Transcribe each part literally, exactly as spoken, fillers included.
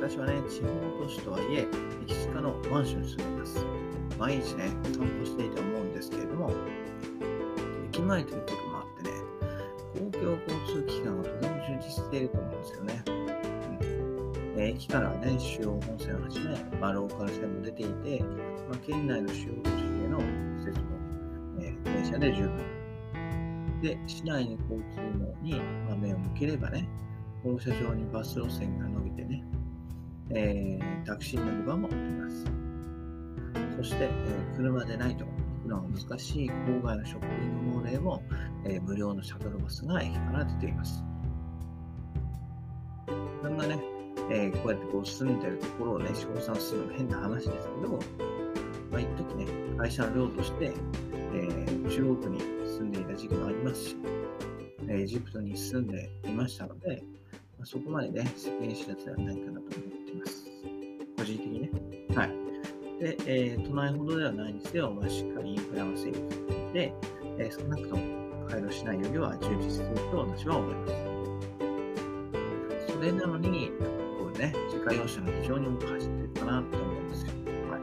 私はね、地方都市とはいえ、駅近のマンションに住んでいます。毎日ね、散歩していて思うんですけれども、駅前ということもあってね、公共交通機関がとても充実していると思うんですよね。うん、え駅からはね、主要本線をはじめ、まあ、ローカル線も出ていて、まあ、県内の主要都市への施設も、えー電車で十分。で、市内の交通網に、まあ、目を向ければね、放射状にバス路線が伸びてね、えータクシー乗り場もあります。そして、えー車でないと行くのが難しい郊外のショッピングモールへも、えー無料のシャトルバスが駅から出ています。そんなね、えーこうやってこう住んでるところをね、称賛するのも変な話ですけど、まあ、一時ね、会社の寮として、えー中国に住んでいた時期もありますし、えーエジプトに住んでいましたので、まあ、そこまでね、世間知らずではないかなと思っています。個人的にね。はい。で、えー都内ほどではないにせよ、まあ、しっかりインフラが整備されていて、えー少なくともカイロ市内よりは充実していると私は思います。それなのに、こうね、自家用車が非常に多く走っているかなと思うんですよ。はい。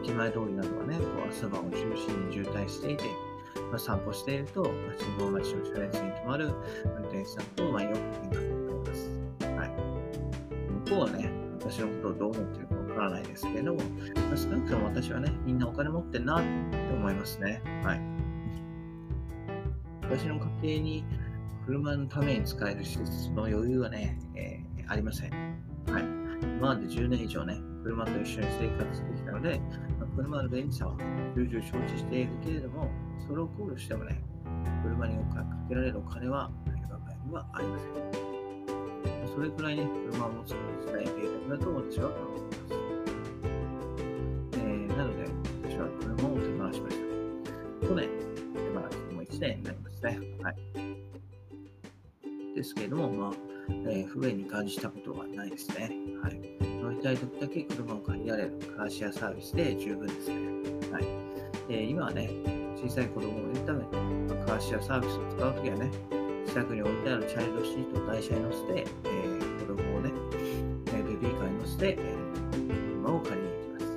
駅前通りなどはね、こう朝晩を中心に渋滞していて、まあ、散歩していると、まあ、信号待ちの車列に止まる運転手さんと、まあ、よく見かけます。はい。向こうはね、私のことをどう思っているかわからないですけれども、まあ、少なくとも私はね、みんなお金持ってんなって思いますね。はい。私の家計に車のために使える施設の余裕はね、えーありません。はい。今までじゅうねん以上ね、車と一緒に生活してきたので、まあ、車の便利さは重々承知しているけれども、それを考慮してもね、車にかけられるお金は、我が家にはありません。それくらいね、車を持つこと自体贅沢だと私は考えています。えー、なので、私は車を手放しました。去年、手放してもういちねんになりますね。はい。ですけれども、まあ、えー不便に感じたことはないですね。はい。乗りたい時だけ車を借りられるカーシェアサービスで十分ですね。はい。えー今はね、小さい子供をいるため、まあカーシェアサービスを使うときはね、近くに置いてあるチャイルドシートを台車に乗せて、えー子供をね、えーベビーカーに乗せて、えー車を借りに行きます。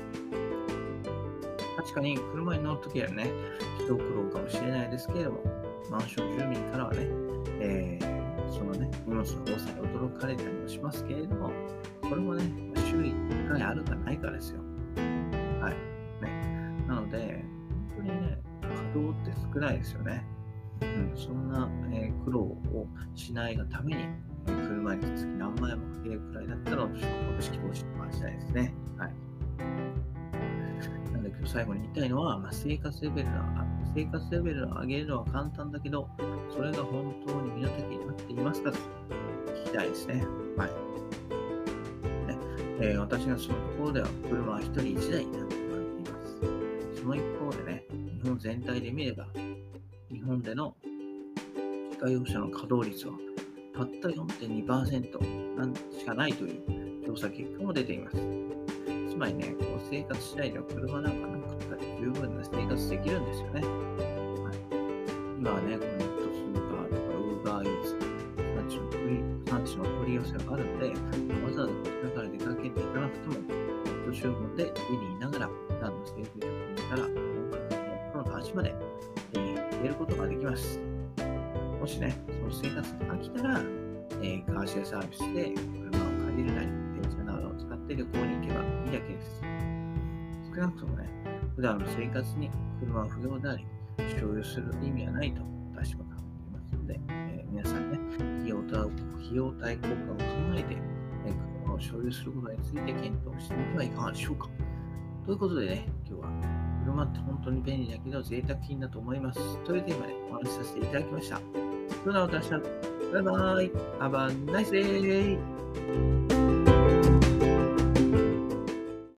確かに車に乗るときはね、一苦労かもしれないですけれども、マンション住民からはね、えーそのね、荷物の多さに驚かれたりもしますけれども、これもね、週いっかいあるかないかですよ。はい。ね。なので、本当にね、稼働って少ないですよね。うん、そんな、えー苦労をしないがために、えー車に月何万円もかけるくらいだったら、私は株式投資とかしたいですね。はい。なので今日最後に言いたいのは、まあ、生活レベルのあ生活レベルを上げるのは簡単だけど、それが本当に身の丈になっていますかと聞きたいですね。はい。ねえー私が住むところでは車はひとりいちだいになって言われています。その一方でね、日本全体で見れば、日本での自家用車の稼働率はたった よんてんにパーセント なんしかないという調査結果も出ています。つまりね、こう生活次第では車なんかなくったって十分な生活できるんですよね。はい、今はね、このネットスーパーとかウーバーイーツ、産地の取り産地の取り寄せがあるので、わざわざこちらから出かけていかなくても、ネット注文で家にいながら、普段の生活職人から本格的なプロの味まで手に入れることができます。もしね、その生活に飽きたら、えーカーシェアサービスで車を借りるなり、電車などを使って旅行に行けばいいだけです。少なくともね、普段の生活に車は不要であり、所有する意味はないと私は考えていますので、えー皆さんね、費用対費用対効果を考えて、えー車を所有することについて検討してみてはいかがでしょうか。ということでね、今日は車って本当に便利だけど贅沢品だと思います。というテーマでお話しさせていただきました。それではまた明日。バイバイ。Have a nice day.